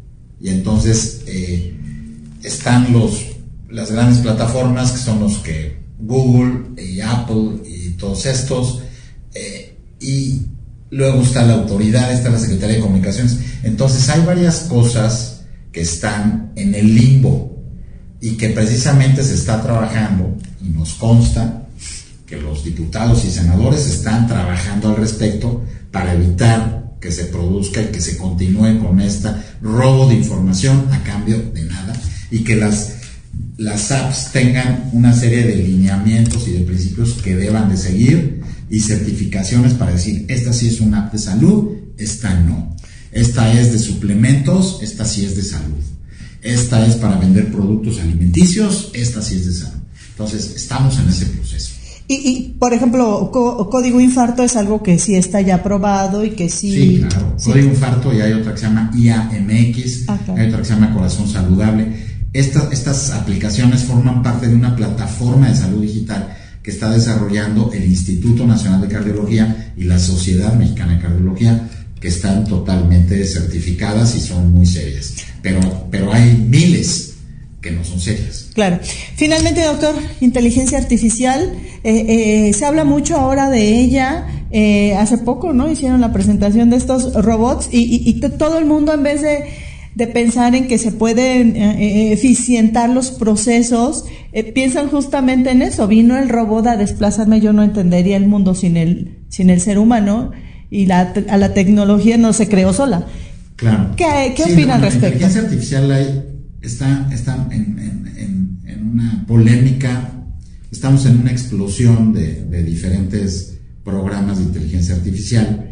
y entonces eh, están los, las grandes plataformas que son los que Google y Apple y todos estos, eh, y luego está la autoridad, está la Secretaría de Comunicaciones. Entonces hay varias cosas que están en el limbo y que precisamente se está trabajando, y nos consta que los diputados y senadores están trabajando al respecto para evitar que se produzca y que se continúe con este robo de información a cambio de nada, y que las, las apps tengan una serie de lineamientos y de principios que deban de seguir, y certificaciones para decir, esta sí es una app de salud, esta no. Esta es de suplementos, esta sí es de salud. Esta es para vender productos alimenticios, esta sí es de salud. Entonces, estamos en ese proceso. Y, y por ejemplo, co código infarto es algo que sí está ya aprobado y que sí... Sí, claro. Sí. Código infarto, y hay otra que se llama I A M X, ah, claro. Hay otra que se llama Corazón Saludable. Esta, estas aplicaciones forman parte de una plataforma de salud digital que está desarrollando el Instituto Nacional de Cardiología y la Sociedad Mexicana de Cardiología, que están totalmente certificadas y son muy serias. Pero, pero hay miles que no son serias. Claro. Finalmente, doctor, inteligencia artificial, eh, eh, se habla mucho ahora de ella. Eh, hace poco, ¿no?, hicieron la presentación de estos robots y, y, y todo el mundo, en vez de, de pensar en que se pueden eh, eficientar los procesos, eh, piensan justamente en eso. Vino el robot a desplazarme, yo no entendería el mundo sin el, sin el ser humano, y la, a la tecnología no se creó sola. Claro. ¿Qué, qué sí, opina no, al respecto? La inteligencia artificial hay, está, está en, en, en, en una polémica, estamos en una explosión de, de diferentes programas de inteligencia artificial.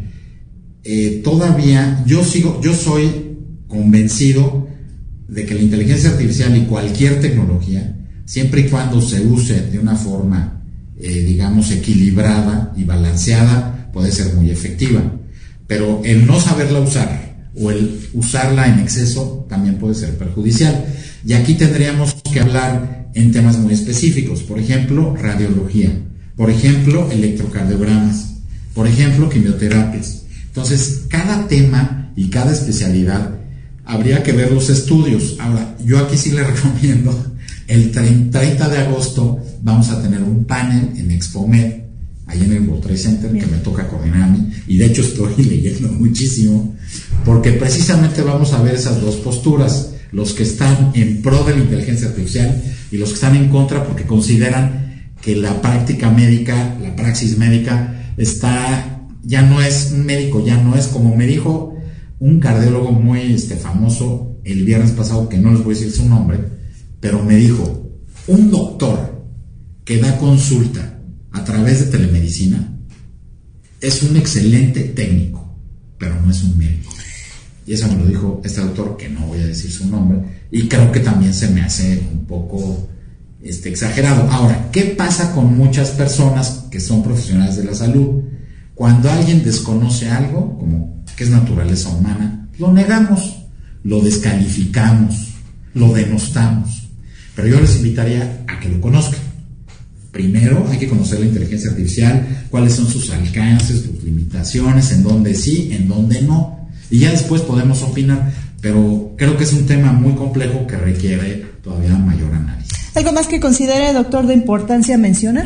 Eh, todavía yo sigo, yo soy convencido de que la inteligencia artificial y cualquier tecnología, siempre y cuando se use de una forma, eh, digamos, equilibrada y balanceada, puede ser muy efectiva, pero el no saberla usar o el usarla en exceso también puede ser perjudicial. Y aquí tendríamos que hablar en temas muy específicos, por ejemplo, radiología, por ejemplo, electrocardiogramas, por ejemplo, quimioterapias. Entonces, cada tema y cada especialidad habría que ver los estudios. Ahora, yo aquí sí le recomiendo, el treinta de agosto vamos a tener un panel en Expomed, ahí en el World Trade Center, que me toca coordinar a mí, y de hecho estoy leyendo muchísimo, porque precisamente vamos a ver esas dos posturas. los que están en pro de la inteligencia artificial y los que están en contra porque consideran que la práctica médica, la praxis médica está, ya no es un médico, ya no es, como me dijo un cardiólogo muy este, famoso el viernes pasado, que no les voy a decir su nombre, pero me dijo, un doctor que da consulta a través de telemedicina es un excelente técnico, pero no es un médico. Y eso me lo dijo este doctor, que no voy a decir su nombre, y creo que también se me hace un poco este, exagerado. Ahora, ¿qué pasa con muchas personas que son profesionales de la salud? Cuando alguien desconoce algo, como que es naturaleza humana, lo negamos, lo descalificamos, lo denostamos. Pero yo les invitaría a que lo conozcan. Primero hay que conocer la inteligencia artificial, cuáles son sus alcances, sus limitaciones, en dónde sí, en dónde no. Y ya después podemos opinar, pero creo que es un tema muy complejo que requiere todavía mayor análisis. ¿Algo más que considere, doctor, de importancia mencionar?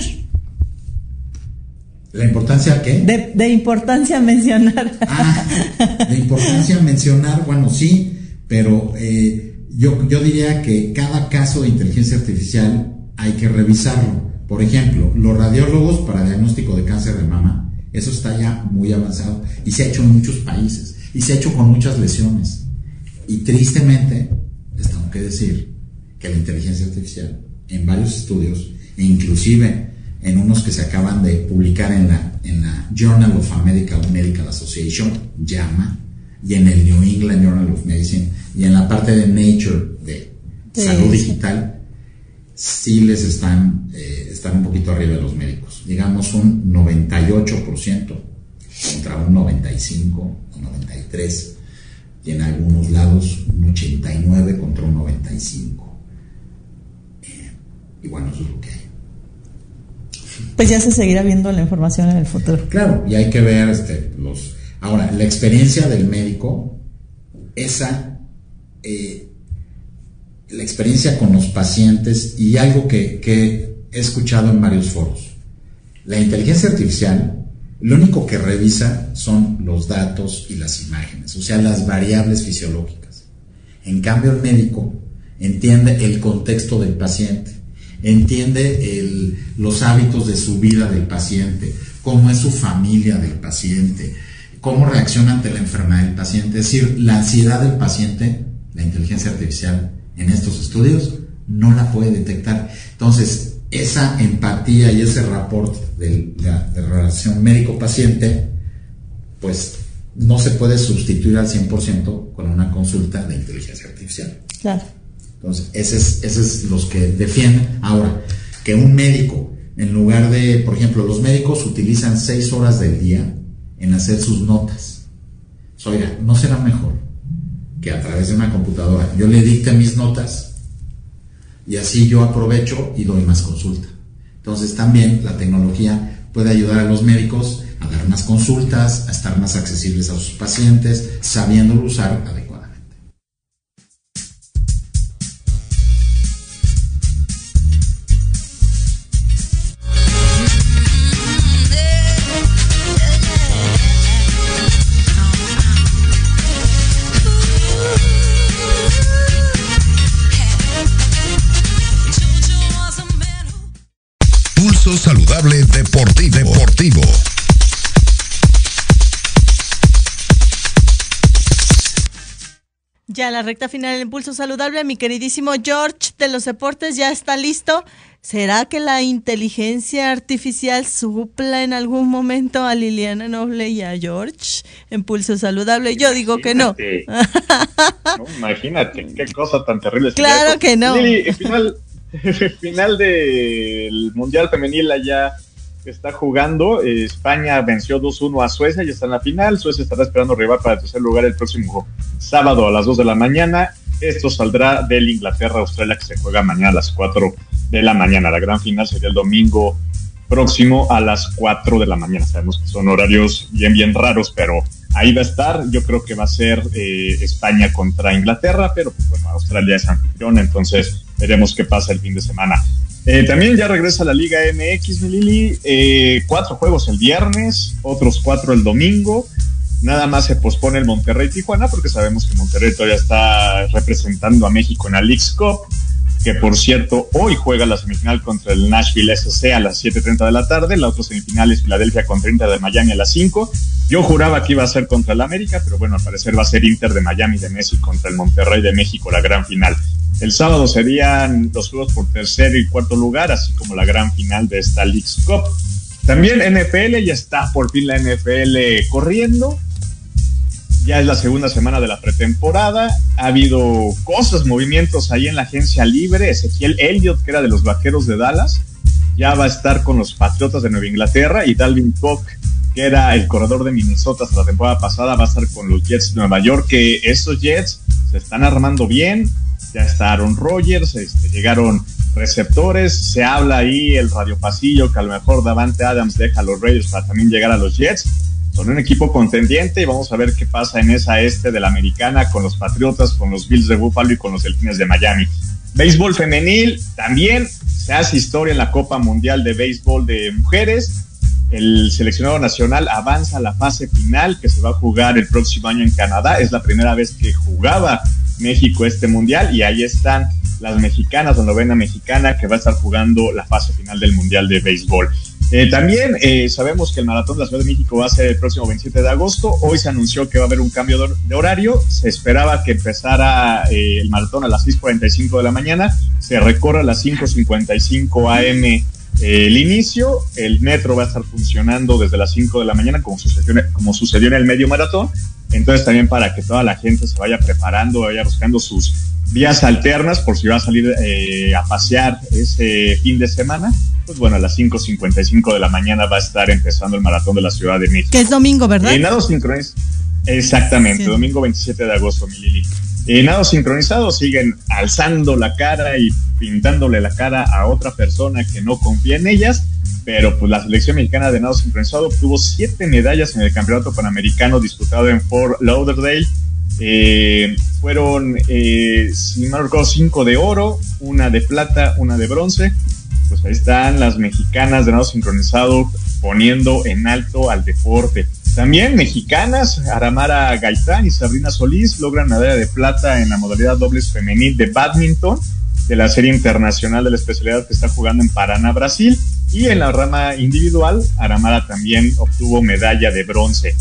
¿La importancia qué? De, de importancia mencionar. Ah, de importancia mencionar, bueno, sí, pero eh, yo, yo diría que cada caso de inteligencia artificial hay que revisarlo. Por ejemplo, los radiólogos para diagnóstico de cáncer de mama, eso está ya muy avanzado y se ha hecho en muchos países y se ha hecho con muchas lesiones. Y tristemente, les tengo que decir que la inteligencia artificial en varios estudios, e inclusive en unos que se acaban de publicar en la, en la Journal of American Medical Association, JAMA, y en el New England Journal of Medicine, y en la parte de Nature de sí, salud digital, sí les están, eh, están un poquito arriba de los médicos. Digamos un noventa y ocho por ciento contra un noventa y cinco o noventa y tres, y en algunos lados un ochenta y nueve contra un noventa y cinco. Eh, y bueno, eso es lo que hay. Pues ya se seguirá viendo la información en el futuro. Claro, y hay que ver este, los... Ahora, la experiencia del médico, esa, eh, la experiencia con los pacientes, y algo que, que he escuchado en varios foros. La inteligencia artificial, lo único que revisa son los datos y las imágenes, o sea, las variables fisiológicas. En cambio, el médico entiende el contexto del paciente, entiende el, los hábitos de su vida del paciente, cómo es su familia del paciente, cómo reacciona ante la enfermedad del paciente. Es decir, la ansiedad del paciente, la inteligencia artificial en estos estudios no la puede detectar. Entonces, esa empatía y ese rapport de, de, de relación médico-paciente, pues no se puede sustituir al cien por ciento con una consulta de inteligencia artificial. Claro. Entonces, ese es, ese es los que defienden. Ahora, que un médico, en lugar de, por ejemplo, los médicos utilizan seis horas del día en hacer sus notas. So, oiga, ¿no será mejor que a través de una computadora yo le dicte mis notas y así yo aprovecho y doy más consulta? Entonces, también la tecnología puede ayudar a los médicos a dar más consultas, a estar más accesibles a sus pacientes, sabiéndolo usar adecuadamente. Saludable deportivo. deportivo. Ya la recta final del Impulso Saludable, mi queridísimo George de los deportes ya está listo. ¿Será que la inteligencia artificial supla en algún momento a Liliana Noble y a George en Pulso Saludable? Yo digo que no. No, imagínate, qué cosa tan terrible. Claro esto. Que no. Lili, el final, el final del Mundial Femenil allá está jugando. eh, España venció dos uno a Suecia y está en la final. Suecia estará esperando rival para el tercer lugar el próximo sábado a las dos de la mañana. Esto saldrá del Inglaterra-Australia, que se juega mañana a las cuatro de la mañana. La gran final sería el domingo próximo a las cuatro de la mañana. Sabemos que son horarios bien, bien raros, pero ahí va a estar. Yo creo que va a ser eh, España contra Inglaterra, pero pues, bueno, Australia es anfitriona, entonces veremos qué pasa el fin de semana. Eh, también ya regresa la Liga M X, mi Lili. Eh, cuatro juegos el viernes, otros cuatro el domingo. Nada más se pospone el Monterrey-Tijuana porque sabemos que Monterrey todavía está representando a México en la Leagues Cup, que por cierto hoy juega la semifinal contra el Nashville S C a las siete treinta de la tarde, la otra semifinal es Filadelfia contra Inter de Miami a las cinco. Yo juraba que iba a ser contra el América, pero bueno, al parecer va a ser Inter de Miami de Messi contra el Monterrey de México, la gran final. El sábado serían los juegos por tercer y cuarto lugar, así como la gran final de esta Leagues Cup. También N F L, ya está por fin la N F L corriendo. Ya es la segunda semana de la pretemporada. Ha habido cosas, movimientos ahí en la agencia libre. Ezequiel Elliott, que era de los Vaqueros de Dallas, ya va a estar con los Patriotas de Nueva Inglaterra. Y Dalvin Cook, que era el corredor de Minnesota hasta la temporada pasada, va a estar con los Jets de Nueva York. Que esos Jets se están armando bien. Ya está Aaron Rodgers, este, llegaron receptores. Se habla ahí el radio pasillo que a lo mejor Davante Adams deja a los Raiders para también llegar a los Jets. Son un equipo contendiente y vamos a ver qué pasa en esa este de la Americana con los Patriotas, con los Bills de Buffalo y con los Delfines de Miami. Béisbol femenil, también se hace historia en la Copa Mundial de Béisbol de Mujeres. El seleccionado nacional avanza a la fase final que se va a jugar el próximo año en Canadá. Es la primera vez que jugaba México este mundial y ahí están las mexicanas, la novena mexicana que va a estar jugando la fase final del Mundial de Béisbol. Eh, también eh, sabemos que el Maratón de la Ciudad de México va a ser el próximo veintisiete de agosto. Hoy se anunció que va a haber un cambio de, de horario. Se esperaba que empezara eh, el maratón a las seis cuarenta y cinco de la mañana. Se recorre a las cinco cincuenta y cinco a eme eh, el inicio. El metro va a estar funcionando desde las cinco de la mañana como sucedió, como sucedió en el medio maratón. Entonces también para que toda la gente se vaya preparando, vaya buscando sus vías alternas por si va a salir eh, a pasear ese fin de semana. Pues bueno, a las cinco cincuenta y cinco de la mañana va a estar empezando el Maratón de la Ciudad de México. Que es domingo, ¿verdad? Eh, nado sincronizado. Exactamente, sí. Domingo veintisiete de agosto, mi Lili. Eh, nado sincronizado, siguen alzando la cara y pintándole la cara a otra persona que no confía en ellas, pero pues la selección mexicana de nado sincronizado obtuvo siete medallas en el Campeonato Panamericano disputado en Fort Lauderdale. Eh, fueron, eh, si no recuerdo, cinco de oro, una de plata, una de bronce. Pues ahí están las mexicanas de nado sincronizado poniendo en alto al deporte. También mexicanas, Aramara Gaitán y Sabrina Solís logran medalla de plata en la modalidad dobles femenil de badminton de la serie internacional de la especialidad que está jugando en Paraná, Brasil. Y en la rama individual, Aramara también obtuvo medalla de bronce.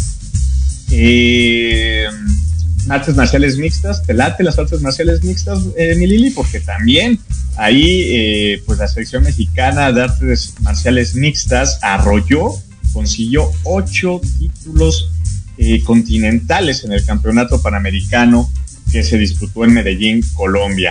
Eh... artes marciales mixtas, te late las artes marciales mixtas, eh, mi Lili, porque también ahí eh, pues la selección mexicana de artes marciales mixtas arrolló, consiguió ocho títulos eh, continentales en el campeonato panamericano que se disputó en Medellín, Colombia.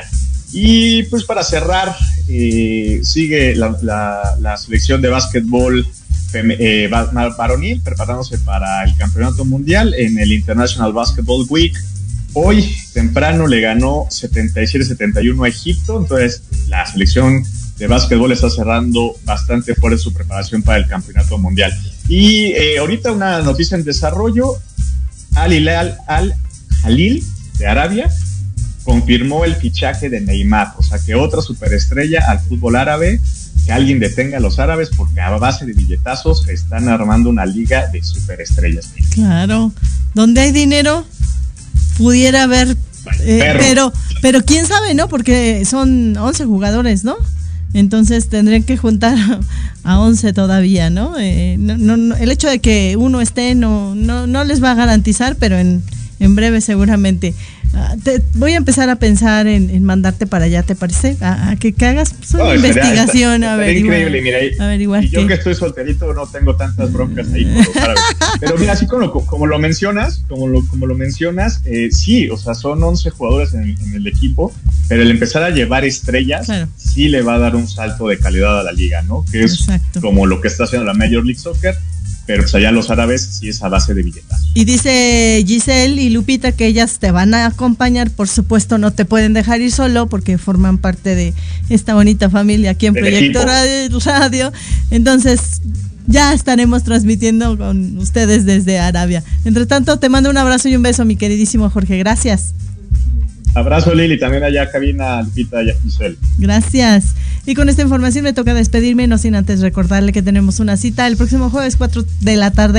Y pues para cerrar, eh, sigue la, la, la selección de básquetbol Eh, varonil preparándose para el campeonato mundial en el International Basketball Week. Hoy temprano le ganó setenta y siete a setenta y uno a Egipto, entonces la selección de básquetbol está cerrando bastante fuerte su preparación para el campeonato mundial. Y eh, ahorita una noticia en desarrollo: Al Hilal Al Jalil de Arabia confirmó el fichaje de Neymar, o sea que otra superestrella al fútbol árabe. Que alguien detenga a los árabes porque a base de billetazos están armando una liga de superestrellas. Claro, donde hay dinero pudiera haber, eh, pero pero quién sabe, ¿no? Porque son once jugadores, ¿no? Entonces tendrían que juntar a once todavía, ¿no? Eh, no, no, el hecho de que uno esté no no no les va a garantizar, pero en en breve seguramente. Uh, te, voy a empezar a pensar en, en mandarte para allá, ¿te parece? A, a que, que hagas pues, una oh, investigación, sería, a ver, increíble, mira, averiguar. Y yo que estoy solterito no tengo tantas broncas ahí con los árabes. Pero mira, así como, como lo mencionas, como lo, como lo mencionas, eh, sí, o sea, son once jugadores en el, en el equipo, pero el empezar a llevar estrellas, claro, sí le va a dar un salto de calidad a la liga, ¿no? Que es Exacto. como lo que está haciendo la Major League Soccer. Pero pues allá los árabes sí es a base de billetazos. Y dice Giselle y Lupita que ellas te van a acompañar, por supuesto no te pueden dejar ir solo porque forman parte de esta bonita familia aquí en Proyecto Radio, Radio. Entonces ya estaremos transmitiendo con ustedes desde Arabia. Entre tanto, te mando un abrazo y un beso, mi queridísimo Jorge. Gracias. Abrazo, Lili, también allá cabina, Lupita y Giselle. Gracias. Y con esta información me toca despedirme, no sin antes recordarle que tenemos una cita el próximo jueves cuatro de la tarde.